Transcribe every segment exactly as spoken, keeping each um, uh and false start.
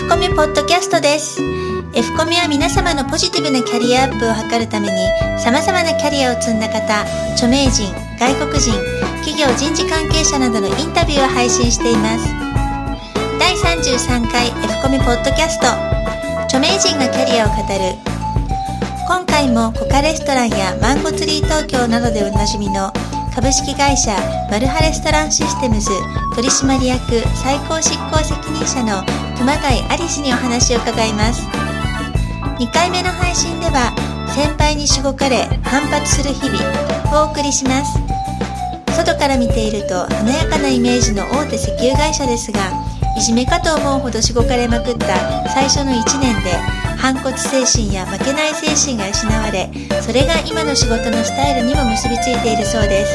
F コミポッドキャストです。 F コミは皆様のポジティブなキャリアアップを図るために様々なキャリアを積んだ方、著名人、外国人、企業人事関係者などのインタビューを配信しています。だいさんじゅうさんかい F コミポッドキャスト、著名人がキャリアを語る。今回もコカレストランやマンゴツリー東京などでおなじみの株式会社マルハレストランシステムズ取締役最高執行責任者の熊谷有志にお話を伺います。にかいめの配信では先輩にしごかれ反発する日々をお送りします。外から見ていると華やかなイメージの大手石油会社ですが、いじめかと思うほどしごかれまくった最初のいちねんで反骨精神や負けない精神が失われ、それが今の仕事のスタイルにも結びついているそうです。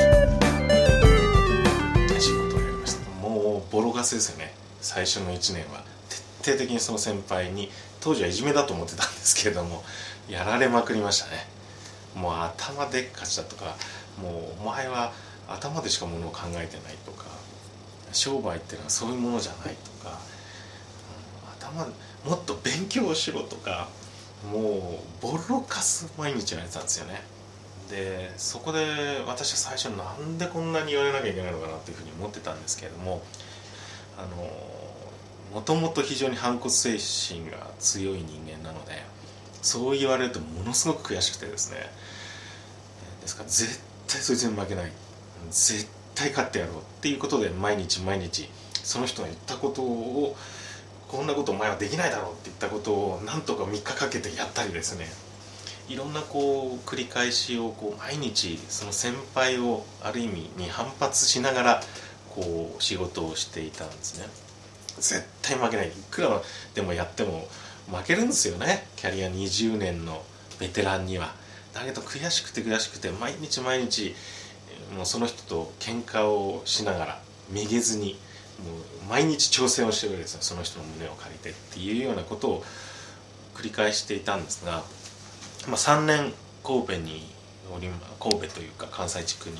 仕事をやりました。もうボロカスですよね。最初のいちねんは徹底的にその先輩に、当時はいじめだと思ってたんですけれども、やられまくりましたね。もう頭でっかちだとか、もうお前は頭でしかものを考えてないとか、商売っていうのはそういうものじゃないとか、頭でもっと勉強しろとか、もうボロカス毎日やられてたんですよね。でそこで私は最初なんでこんなに言われなきゃいけないのかなというふうに思ってたんですけれども、あのもともと非常に反骨精神が強い人間なので、そう言われるとものすごく悔しくてですね、ですから絶対そいつに負けない、絶対勝ってやろうっていうことで、毎日毎日その人が言ったことを、こんなことお前はできないだろうって言ったことをなんとかみっかかけてやったりですね、いろんなこう繰り返しをこう毎日その先輩をある意味に反発しながらこう仕事をしていたんですね。絶対負けない、いくらでもやっても負けるんですよね、キャリアにじゅうねんのベテランには。だけど悔しくて悔しくて毎日毎日もうその人と喧嘩をしながらめげずに、もう毎日挑戦をしてるわけですよ。その人の胸を借りてっていうようなことを繰り返していたんですが、まあ、さんねん神戸に神戸というか関西地区に行って、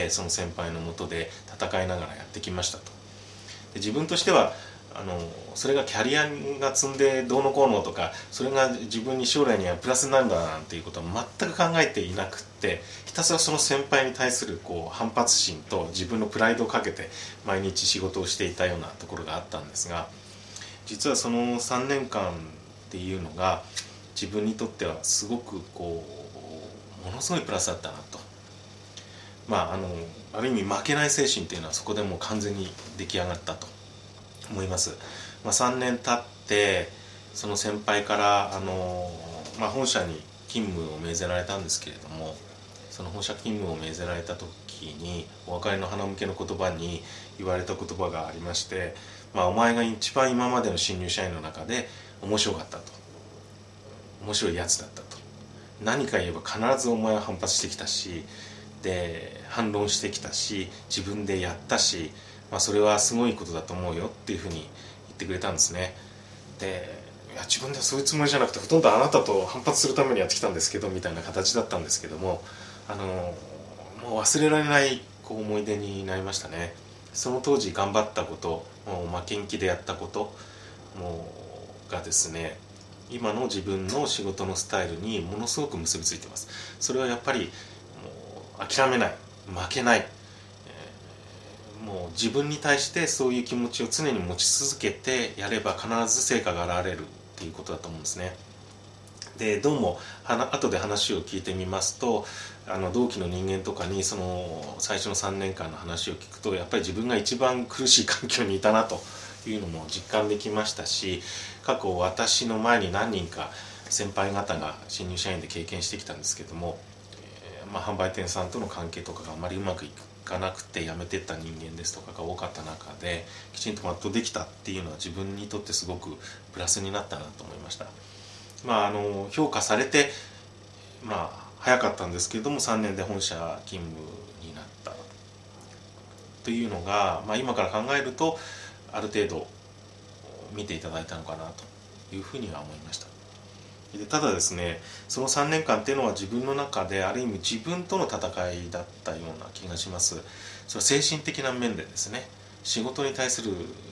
その先輩の下で戦いながらやってきましたと。で自分としてはあのそれがキャリアが積んでどうのこうのとか、それが自分に将来にはプラスになるんだなんていうことは全く考えていなくって、ひたすらその先輩に対するこう反発心と自分のプライドをかけて毎日仕事をしていたようなところがあったんですが、実はそのさんねんかんっていうのが自分にとってはすごくこうものすごいプラスだったなと。まああのある意味負けない精神っていうのはそこでもう完全に出来上がったと思います。まあ、さんねん経ってその先輩からあの、まあ、本社に勤務を命ぜられたんですけれども、その本社勤務を命ぜられた時にお別れの花向けの言葉に言われた言葉がありまして、まあ、お前が一番今までの新入社員の中で面白かったと、面白いやつだったと、何か言えば必ずお前は反発してきたし、で反論してきたし、自分でやったし、まあ、それはすごいことだと思うよっていうふうに言ってくれたんですね。でいや自分ではそういうつもりじゃなくて、ほとんどあなたと反発するためにやってきたんですけどみたいな形だったんですけども、あのもう忘れられないこう思い出になりましたね。その当時頑張ったこと、もう負けん気でやったこともうがですね、今の自分の仕事のスタイルにものすごく結びついています。それはやっぱりもう諦めない、負けない、もう自分に対してそういう気持ちを常に持ち続けてやれば必ず成果が現れるっていうことだと思うんですね。でどうも後で話を聞いてみますと、あの同期の人間とかにその最初のさんねんかんの話を聞くと、やっぱり自分が一番苦しい環境にいたなというのも実感できましたし、過去私の前に何人か先輩方が新入社員で経験してきたんですけども、えーまあ、販売店さんとの関係とかがあまりうまくいかなくて辞めていった人間ですとかが多かった中で、きちんと全うできたっていうのは自分にとってすごくプラスになったなと思いました。まあ、あの評価されて、まあ、早かったんですけれどもさんねんで本社勤務になったというのが、まあ、今から考えるとある程度見ていただいたのかなというふうには思いました。でただですね、そのさんねんかんっていうのは自分の中である意味自分との戦いだったような気がします。それは精神的な面でですね、仕事に対する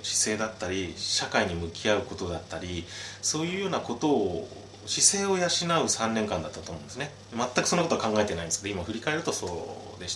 姿勢だったり社会に向き合うことだったり、そういうようなことを姿勢を養うさんねんかんだったと思うんですね。全くそんなことは考えてないんですけど、今振り返るとそうでした。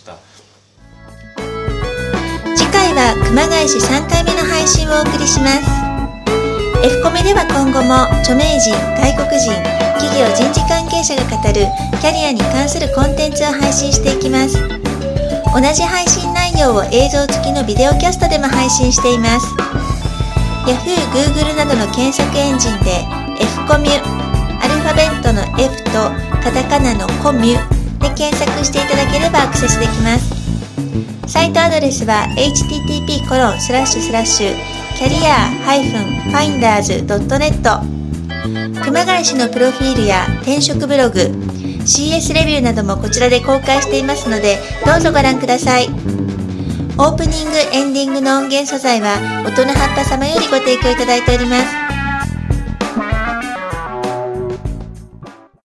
次回は熊谷市さんかいめの配信をお送りします。 F コメでは今後も著名人、外国人、企業人事関係者が語るキャリアに関するコンテンツを配信していきます。同じ配信内容を映像付きのビデオキャストでも配信しています。 Yahoo、Google などの検索エンジンで F コミュ、アルファベットの F とカタカナのコミュで検索していただければアクセスできます。サイトアドレスは エイチティーティーピーコロンスラッシュスラッシュキャリア ファインダーズドットネット。 熊谷市のプロフィールや転職ブログ、 シーエス レビューなどもこちらで公開していますので、どうぞご覧ください。オープニングエンディングの音源素材は音の葉っぱ様よりご提供いただいております。